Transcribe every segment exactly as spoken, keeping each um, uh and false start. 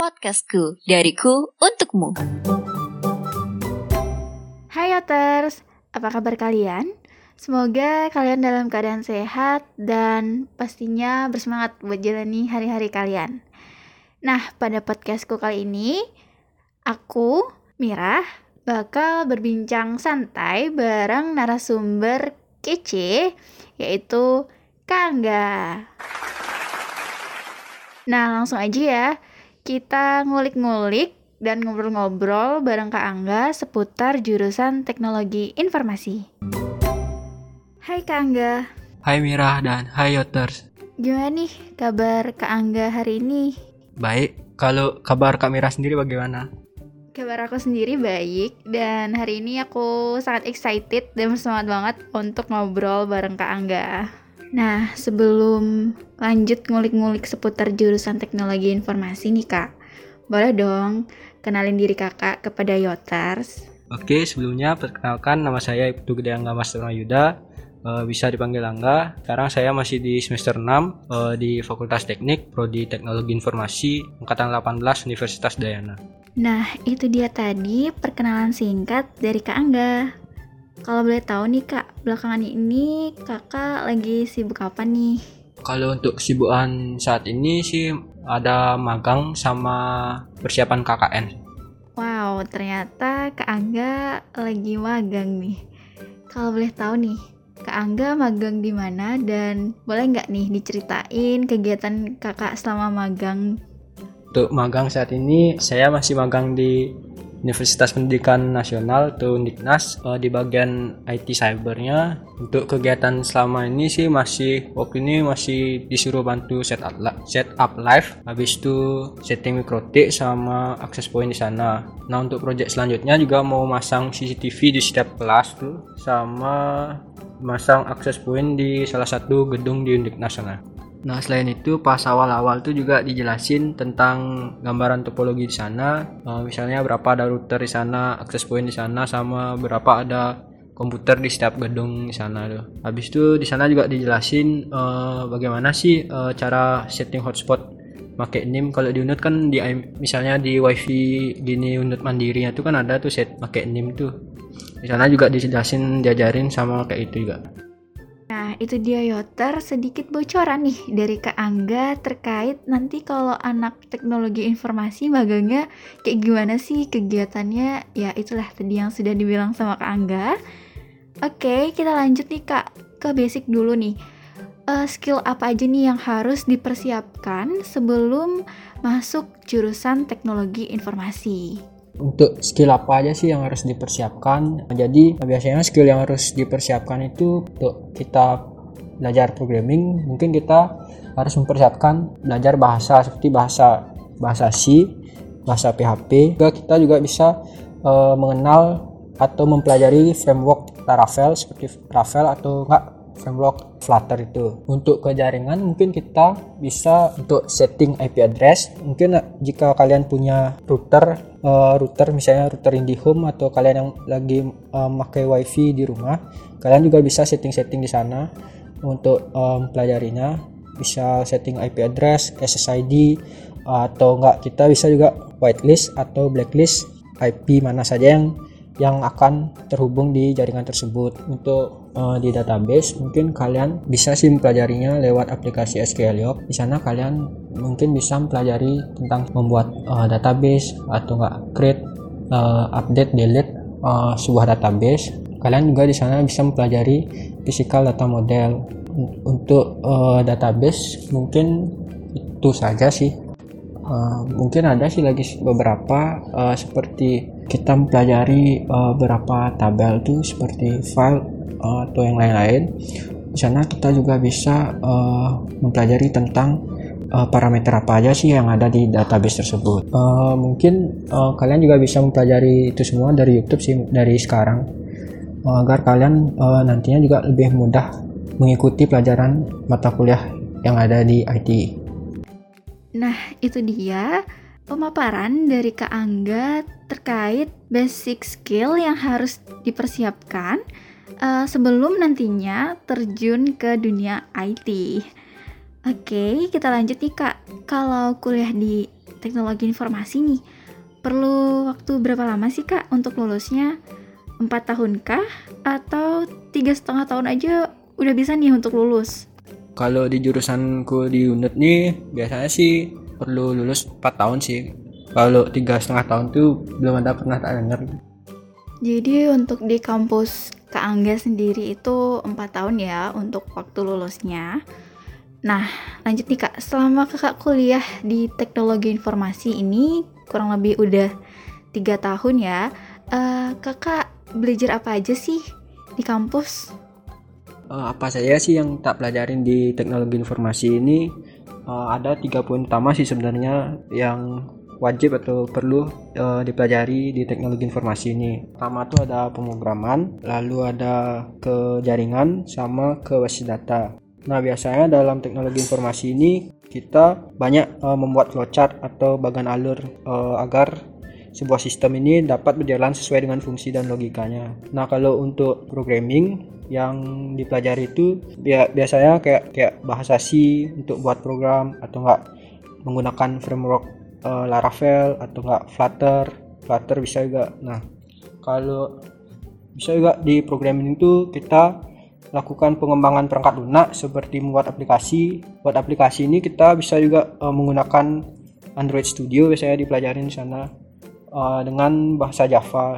Podcastku, dariku untukmu. Hai Yoters, apa kabar kalian? Semoga kalian dalam keadaan sehat dan pastinya bersemangat buat jalani hari-hari kalian. Nah, pada podcastku kali ini, aku, Mira, bakal berbincang santai bareng narasumber kece, yaitu Kak Angga. Nah, langsung aja ya. Kita ngulik-ngulik dan ngobrol-ngobrol bareng Kak Angga seputar jurusan Teknologi Informasi. Hai Kak Angga. Hai Mira dan hai Yoters. Gimana nih kabar Kak Angga hari ini? Baik, kalau kabar Kak Mira sendiri bagaimana? Kabar aku sendiri baik dan hari ini aku sangat excited dan bersemangat banget untuk ngobrol bareng Kak Angga. Nah, sebelum lanjut ngulik-ngulik seputar jurusan Teknologi Informasi nih Kak, boleh dong kenalin diri kakak kepada Yoters. Oke, sebelumnya perkenalkan nama saya Ibtu Gede Angga Mas Yuda, e, bisa dipanggil Angga. Sekarang saya masih di semester enam e, di Fakultas Teknik, Prodi Teknologi Informasi, Angkatan delapan belas Universitas Dayana. Nah, itu dia tadi perkenalan singkat dari Kak Angga. Kalau boleh tahu nih Kak, belakangan ini kakak lagi sibuk apa nih? Kalau untuk kesibukan saat ini sih ada magang sama persiapan K K N. Wow, ternyata Kak Angga lagi magang nih. Kalau boleh tahu nih, Kak Angga magang di mana dan boleh nggak nih diceritain kegiatan kakak selama magang? Untuk magang saat ini saya masih magang di Universitas Pendidikan Nasional atau Undiknas di bagian I T cybernya. Untuk kegiatan selama ini sih masih waktu ini masih disuruh bantu set up, set up live, habis itu setting mikrotik sama access point di sana. Nah, untuk project selanjutnya juga mau masang C C T V di setiap kelas tuh sama masang access point di salah satu gedung di Undiknas sana. Nah, selain itu pas awal-awal tuh juga dijelasin tentang gambaran topologi di sana, e, misalnya berapa ada router di sana, access point di sana, sama berapa ada komputer di setiap gedung di sana tuh. Habis itu di sana juga dijelasin e, bagaimana sih e, cara setting hotspot pakai N I M. Kalau di Unut kan di misalnya di wifi gini Unut mandirinya tuh kan ada tuh set pakai N I M tuh. Di sana juga dijelasin, diajarin sama kayak itu juga. Nah, itu dia Yoter, sedikit bocoran nih dari Kak Angga terkait nanti kalau anak teknologi informasi magangnya kayak gimana sih kegiatannya. Ya itulah tadi yang sudah dibilang sama Kak Angga. Oke, kita lanjut nih Kak ke basic dulu nih. Uh, skill apa aja nih yang harus dipersiapkan sebelum masuk jurusan teknologi informasi? Untuk skill apa aja sih yang harus dipersiapkan? Jadi biasanya skill yang harus dipersiapkan itu untuk kita belajar programming, mungkin kita harus mempersiapkan belajar bahasa seperti bahasa bahasa C, bahasa P H P. Juga kita juga bisa uh, mengenal atau mempelajari framework Laravel seperti Laravel atau enggak framework Flutter itu. Untuk ke jaringan mungkin kita bisa untuk setting I P address. Mungkin jika kalian punya router uh, router misalnya router IndiHome atau kalian yang lagi uh, pakai wifi di rumah, kalian juga bisa setting-setting di sana untuk um, pelajarinya. Bisa setting I P address, S S I D, uh, atau enggak kita bisa juga whitelist atau blacklist I P mana saja yang yang akan terhubung di jaringan tersebut. Untuk uh, di database mungkin kalian bisa sih mempelajarinya lewat aplikasi S Q L Yoke. Di sana kalian mungkin bisa mempelajari tentang membuat uh, database atau enggak create, uh, update, delete uh, sebuah database. Kalian juga di sana bisa mempelajari physical data model. Untuk uh, database mungkin itu saja sih. Uh, mungkin ada sih lagi beberapa uh, seperti kita mempelajari uh, beberapa tabel tuh seperti file uh, atau yang lain-lain. Di sana kita juga bisa uh, mempelajari tentang uh, parameter apa aja sih yang ada di database tersebut. Uh, mungkin uh, kalian juga bisa mempelajari itu semua dari YouTube sih dari sekarang uh, agar kalian uh, nantinya juga lebih mudah mengikuti pelajaran mata kuliah yang ada di I T. Nah, itu dia pemaparan dari Kak Angga terkait basic skill yang harus dipersiapkan uh, sebelum nantinya terjun ke dunia I T. Oke, kita lanjut nih Kak. Kalau kuliah di teknologi informasi nih, perlu waktu berapa lama sih Kak untuk lulusnya? Empat tahun kah? Atau tiga setengah tahun aja udah bisa nih untuk lulus? Kalau di jurusanku di unit nih biasanya sih perlu lulus empat tahun sih. Kalau tiga setengah tahun tuh belum ada pernah tak dengar. Jadi untuk di kampus Kak Angga sendiri itu empat tahun ya untuk waktu lulusnya. Nah lanjut nih Kak, selama kakak kuliah di teknologi informasi ini kurang lebih udah tiga tahun ya, uh, kakak belajar apa aja sih di kampus? Uh, apa saja sih yang tak pelajarin di teknologi informasi ini? Uh, ada tiga poin utama sih sebenarnya yang wajib atau perlu uh, dipelajari di teknologi informasi ini. Pertama tuh ada pemrograman, lalu ada ke jaringan, sama ke basis data. Nah biasanya dalam teknologi informasi ini kita banyak uh, membuat flowchart atau bagan alur uh, agar sebuah sistem ini dapat berjalan sesuai dengan fungsi dan logikanya. Nah kalau untuk programming yang dipelajari itu biasanya kayak kayak bahasa C untuk buat program, atau enggak menggunakan framework uh, Laravel, atau enggak Flutter. Flutter bisa juga. Nah kalau bisa juga di programming itu kita lakukan pengembangan perangkat lunak seperti membuat aplikasi. Buat aplikasi ini kita bisa juga uh, menggunakan Android Studio, biasanya dipelajarin di sana. Uh, dengan bahasa Java.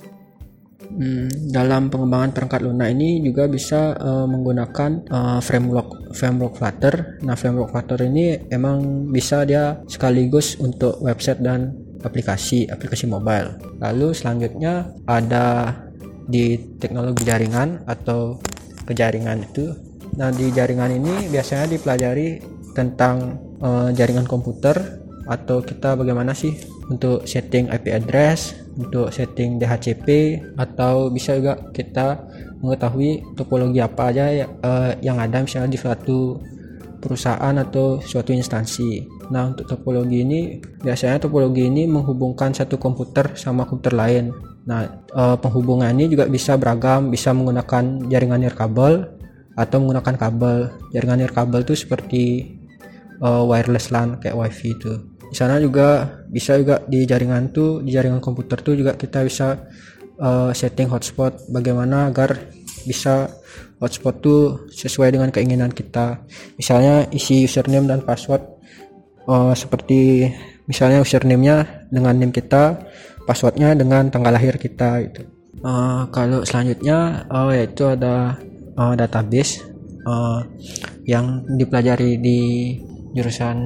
Hmm, dalam pengembangan perangkat lunak ini juga bisa uh, menggunakan uh, framework framework Flutter. Nah, framework Flutter ini emang bisa dia sekaligus untuk website dan aplikasi aplikasi mobile. Lalu selanjutnya ada di teknologi jaringan atau kejaringan itu. Nah, di jaringan ini biasanya dipelajari tentang uh, jaringan komputer, atau kita bagaimana sih untuk setting I P address, untuk setting D H C P, atau bisa juga kita mengetahui topologi apa aja ya, uh, yang ada misalnya di suatu perusahaan atau suatu instansi. Nah untuk topologi ini biasanya topologi ini menghubungkan satu komputer sama komputer lain. Nah uh, penghubungan ini juga bisa beragam, bisa menggunakan jaringan nirkabel atau menggunakan kabel. Jaringan nirkabel itu seperti uh, wireless LAN kayak wifi itu. Di sana juga bisa juga di jaringan tuh, di jaringan komputer tuh juga kita bisa uh, setting hotspot, bagaimana agar bisa hotspot tuh sesuai dengan keinginan kita. Misalnya isi username dan password uh, seperti misalnya username-nya dengan name kita, passwordnya dengan tanggal lahir kita gitu. Uh, kalau selanjutnya uh, yaitu ada uh, database uh, yang dipelajari di jurusan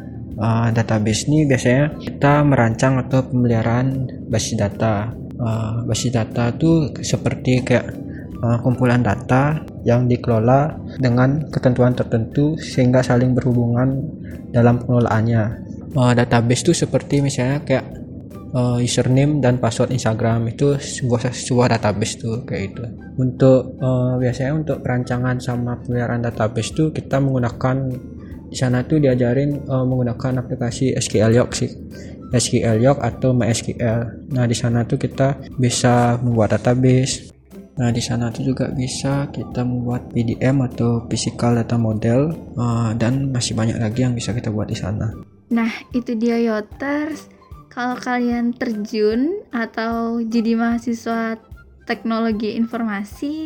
Uh, database ini biasanya kita merancang atau pemeliharaan basis data. Uh, basis data itu seperti kayak uh, kumpulan data yang dikelola dengan ketentuan tertentu sehingga saling berhubungan dalam pengelolaannya. Uh, database itu seperti misalnya kayak uh, username dan password Instagram, itu sebuah sebuah database tuh kayak itu. Untuk uh, biasanya untuk perancangan sama pemeliharaan database itu kita menggunakan di sana tuh diajarin uh, menggunakan aplikasi S Q L York sih, S Q L York atau MySQL. Nah di sana tuh kita bisa membuat database. Nah di sana tuh juga bisa kita membuat P D M atau physical data model, uh, dan masih banyak lagi yang bisa kita buat di sana. Nah itu dia Yoters, kalau kalian terjun atau jadi mahasiswa teknologi informasi,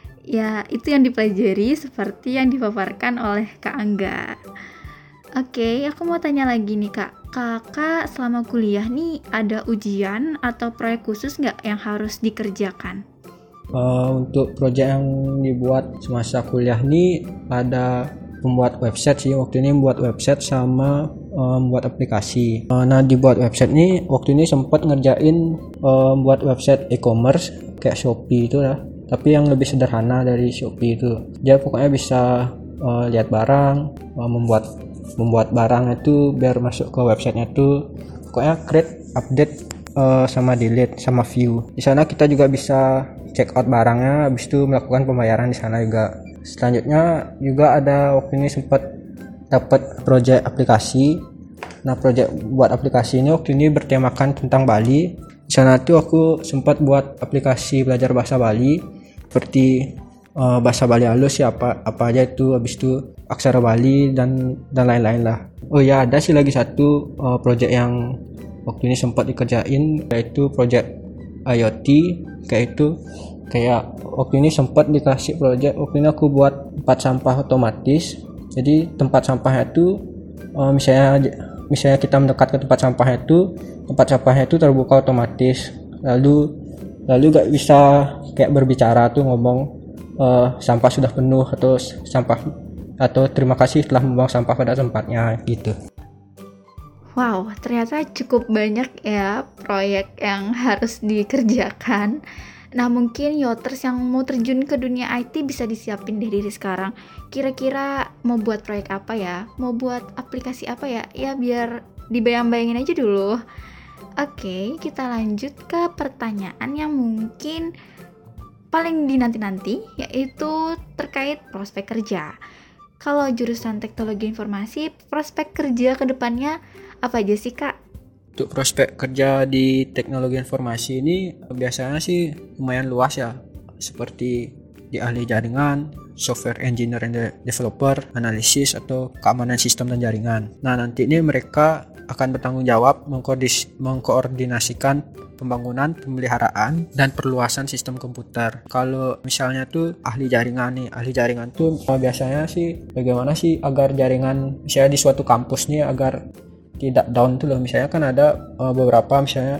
ya itu yang dipelajari seperti yang dipaparkan oleh Kak Angga. Oke, aku mau tanya lagi nih Kak. Kakak selama kuliah nih ada ujian atau proyek khusus nggak yang harus dikerjakan? Uh, untuk proyek yang dibuat semasa kuliah nih ada membuat website sih. Waktu ini membuat website sama uh, membuat aplikasi. Uh, nah dibuat website nih waktu ini sempat ngerjain uh, membuat website e-commerce kayak Shopee itu lah. Tapi yang lebih sederhana dari Shopee itu, dia pokoknya bisa uh, lihat barang, uh, membuat membuat barang itu biar masuk ke websitenya itu, pokoknya create, update, uh, sama delete, sama view. Di sana kita juga bisa check out barangnya, habis itu melakukan pembayaran di sana juga. Selanjutnya juga ada waktu ini sempat dapat project aplikasi. Nah project buat aplikasi ini waktu ini bertemakan tentang Bali. Di sana tuh aku sempat buat aplikasi belajar bahasa Bali seperti uh, bahasa Bali halus ya, apa apa aja itu, habis itu aksara Bali dan dan lain-lain lah. Oh ya, ada sih lagi satu uh, project yang waktu ini sempat dikerjain, yaitu project IoT. Kayak itu kayak waktu ini sempat dikasih project, waktu ini aku buat tempat sampah otomatis. Jadi tempat sampahnya itu uh, misalnya misalnya kita mendekat ke tempat sampahnya itu tempat sampahnya itu terbuka otomatis, lalu lalu gak bisa kayak berbicara tuh ngomong uh, sampah sudah penuh atau sampah atau terima kasih telah membuang sampah pada tempatnya gitu. Wow, ternyata cukup banyak ya proyek yang harus dikerjakan. Nah, mungkin Yoters yang mau terjun ke dunia I T bisa disiapin deh dari sekarang. Kira-kira mau buat proyek apa ya? Mau buat aplikasi apa ya? Ya biar dibayang-bayangin aja dulu. Oke, kita lanjut ke pertanyaan yang mungkin paling dinanti-nanti, yaitu terkait prospek kerja. Kalau jurusan teknologi informasi, prospek kerja ke depannya apa aja sih, Kak? Untuk prospek kerja di teknologi informasi ini biasanya sih lumayan luas ya, seperti di ahli jaringan, software engineer and developer, analisis atau keamanan sistem dan jaringan. Nah, nanti ini mereka akan bertanggung jawab mengkoordis- mengkoordinasikan pembangunan, pemeliharaan, dan perluasan sistem komputer. Kalau misalnya tuh ahli jaringan nih, ahli jaringan tuh biasanya sih bagaimana sih agar jaringan misalnya di suatu kampus nih agar tidak down tuh loh. Misalnya kan ada uh, beberapa misalnya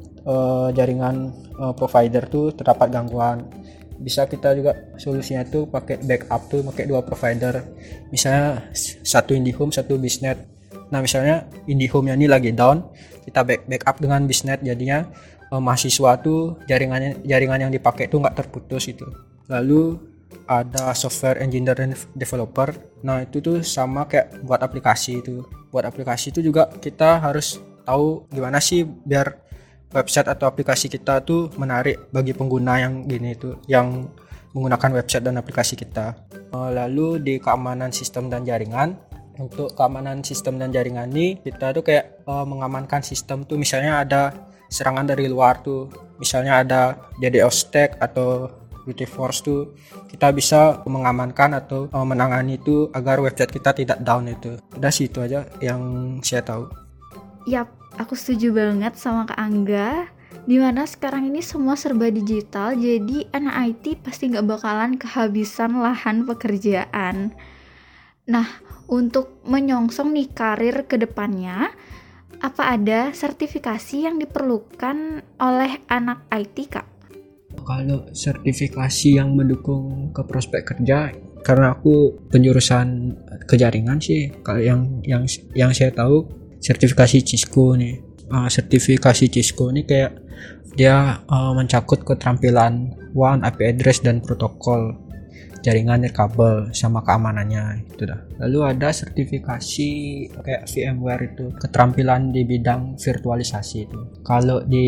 uh, jaringan uh, provider tuh terdapat gangguan. Bisa kita juga solusinya tuh pakai backup tuh pakai dua provider. Misalnya satu IndiHome, satu Biznet. Nah, misalnya IndiHome-nya ini lagi down, kita back backup dengan Biznet, jadinya uh, mahasiswa tuh jaringannya jaringan yang dipakai tuh nggak terputus itu. Lalu ada software engineer dan developer. Nah, itu tuh sama kayak buat aplikasi itu. Buat aplikasi itu juga kita harus tahu gimana sih biar website atau aplikasi kita tuh menarik bagi pengguna yang gini itu, yang menggunakan website dan aplikasi kita. Lalu di keamanan sistem dan jaringan, untuk keamanan sistem dan jaringan ini kita tuh kayak uh, mengamankan sistem tuh, misalnya ada serangan dari luar tuh, misalnya ada DDoS attack atau brute force tuh, kita bisa mengamankan atau uh, menangani itu agar website kita tidak down itu. Udah sih itu aja yang saya tahu. Yap, aku setuju banget sama Kak Angga. Dimana sekarang ini semua serba digital, jadi anak I T pasti gak bakalan kehabisan lahan pekerjaan. Nah, untuk menyongsong nih karir ke depannya, apa ada sertifikasi yang diperlukan oleh anak I T, Kak? Kalau sertifikasi yang mendukung ke prospek kerja, karena aku penjurusan kejaringan sih, kalau yang yang yang saya tahu sertifikasi Cisco nih. Uh, sertifikasi Cisco ini kayak dia uh, mencakup keterampilan W A N, I P address dan protokol jaringan nirkabel sama keamanannya itu dah. Lalu ada sertifikasi kayak VMware itu, keterampilan di bidang virtualisasi itu. Kalau di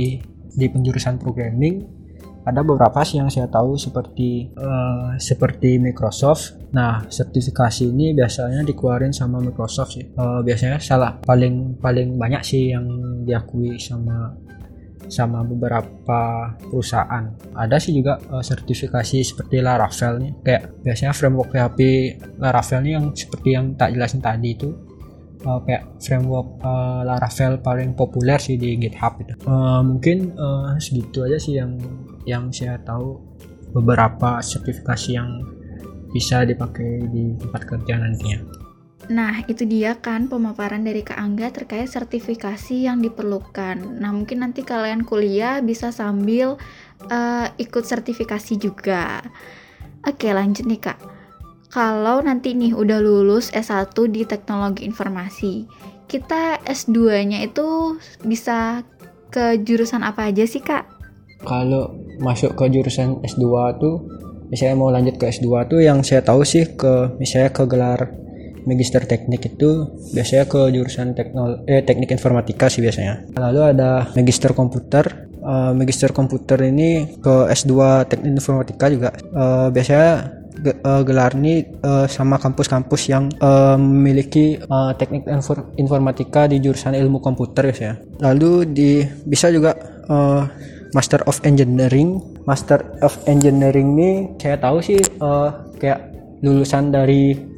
di penjurusan programming ada beberapa sih yang saya tahu seperti uh, seperti Microsoft. Nah, sertifikasi ini biasanya dikeluarin sama Microsoft sih. Uh, biasanya salah paling paling banyak sih yang diakui sama sama beberapa perusahaan. Ada sih juga uh, sertifikasi seperti Laravel nih. Kayak biasanya framework P H P Laravel nih yang seperti yang tak jelasin tadi itu. Uh, kayak framework uh, Laravel paling populer sih di GitHub itu. Uh, mungkin uh, segitu aja sih yang yang saya tahu, beberapa sertifikasi yang bisa dipakai di tempat kerja nantinya. Nah, itu dia kan pemaparan dari Kak Angga terkait sertifikasi yang diperlukan. Nah, mungkin nanti kalian kuliah bisa sambil uh, ikut sertifikasi juga. Oke, lanjut nih Kak. Kalau nanti nih udah lulus S satu di teknologi informasi, kita S dua-nya itu bisa ke jurusan apa aja sih Kak? Kalau masuk ke jurusan S dua tuh, misalnya mau lanjut ke S dua tuh yang saya tahu sih ke misalnya ke gelar Magister Teknik itu biasanya ke jurusan teknol eh teknik informatika sih biasanya. Lalu ada Magister Komputer. Uh, Magister Komputer ini ke S dua Teknik Informatika juga. Uh, biasanya ge- uh, gelar ini uh, sama kampus-kampus yang uh, memiliki uh, teknik infor- informatika di jurusan ilmu komputer biasanya. Lalu di bisa juga uh, Master of Engineering. Master of Engineering ini saya tahu sih uh, kayak lulusan dari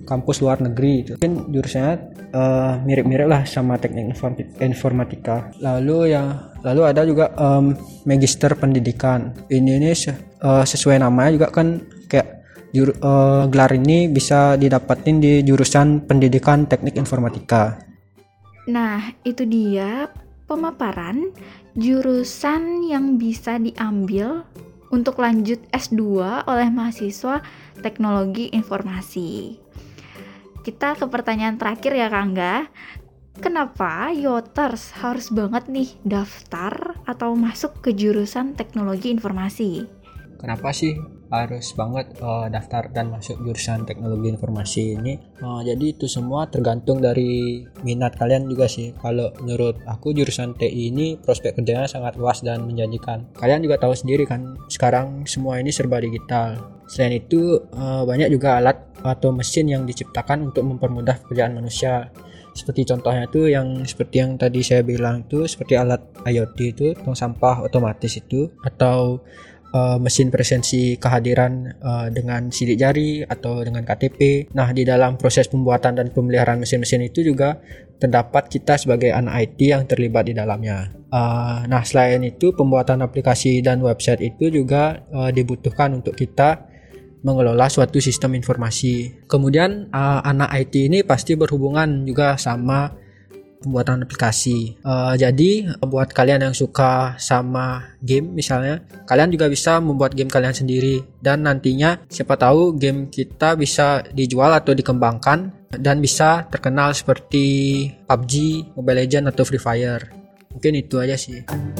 kampus luar negeri itu. Mungkin jurusannya uh, mirip-mirip lah sama teknik informatika. Lalu yang lalu ada juga um, magister pendidikan. Ini ini uh, sesuai namanya juga kan kayak jur, uh, gelar ini bisa didapatin di jurusan pendidikan teknik informatika. Nah, itu dia pemaparan jurusan yang bisa diambil untuk lanjut S dua oleh mahasiswa teknologi informasi. Kita ke pertanyaan terakhir ya Kangga. Kenapa Yoters harus banget nih daftar atau masuk ke jurusan teknologi informasi? Kenapa sih harus banget uh, daftar dan masuk jurusan teknologi informasi ini? Uh, jadi itu semua tergantung dari minat kalian juga sih. Kalau menurut aku jurusan T I ini prospek kerjanya sangat luas dan menjanjikan. Kalian juga tahu sendiri kan, sekarang semua ini serba digital. Selain itu uh, banyak juga alat atau mesin yang diciptakan untuk mempermudah pekerjaan manusia. Seperti contohnya itu yang seperti yang tadi saya bilang itu, seperti alat IoT itu, tong sampah otomatis itu, atau Uh, mesin presensi kehadiran uh, dengan sidik jari atau dengan K T P. Nah, di dalam proses pembuatan dan pemeliharaan mesin-mesin itu juga terdapat kita sebagai anak I T yang terlibat di dalamnya. Uh, nah, selain itu pembuatan aplikasi dan website itu juga uh, dibutuhkan untuk kita mengelola suatu sistem informasi. Kemudian uh, anak I T ini pasti berhubungan juga sama pembuatan aplikasi. Uh, jadi buat kalian yang suka sama game misalnya, kalian juga bisa membuat game kalian sendiri dan nantinya siapa tahu game kita bisa dijual atau dikembangkan dan bisa terkenal seperti P U B G, Mobile Legends atau Free Fire. Mungkin itu aja sih.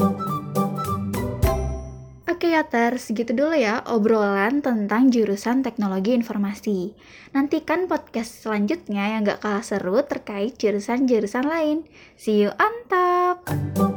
Oke Yoters, segitu dulu ya obrolan tentang jurusan teknologi informasi. Nantikan podcast selanjutnya yang gak kalah seru terkait jurusan-jurusan lain. See you on top!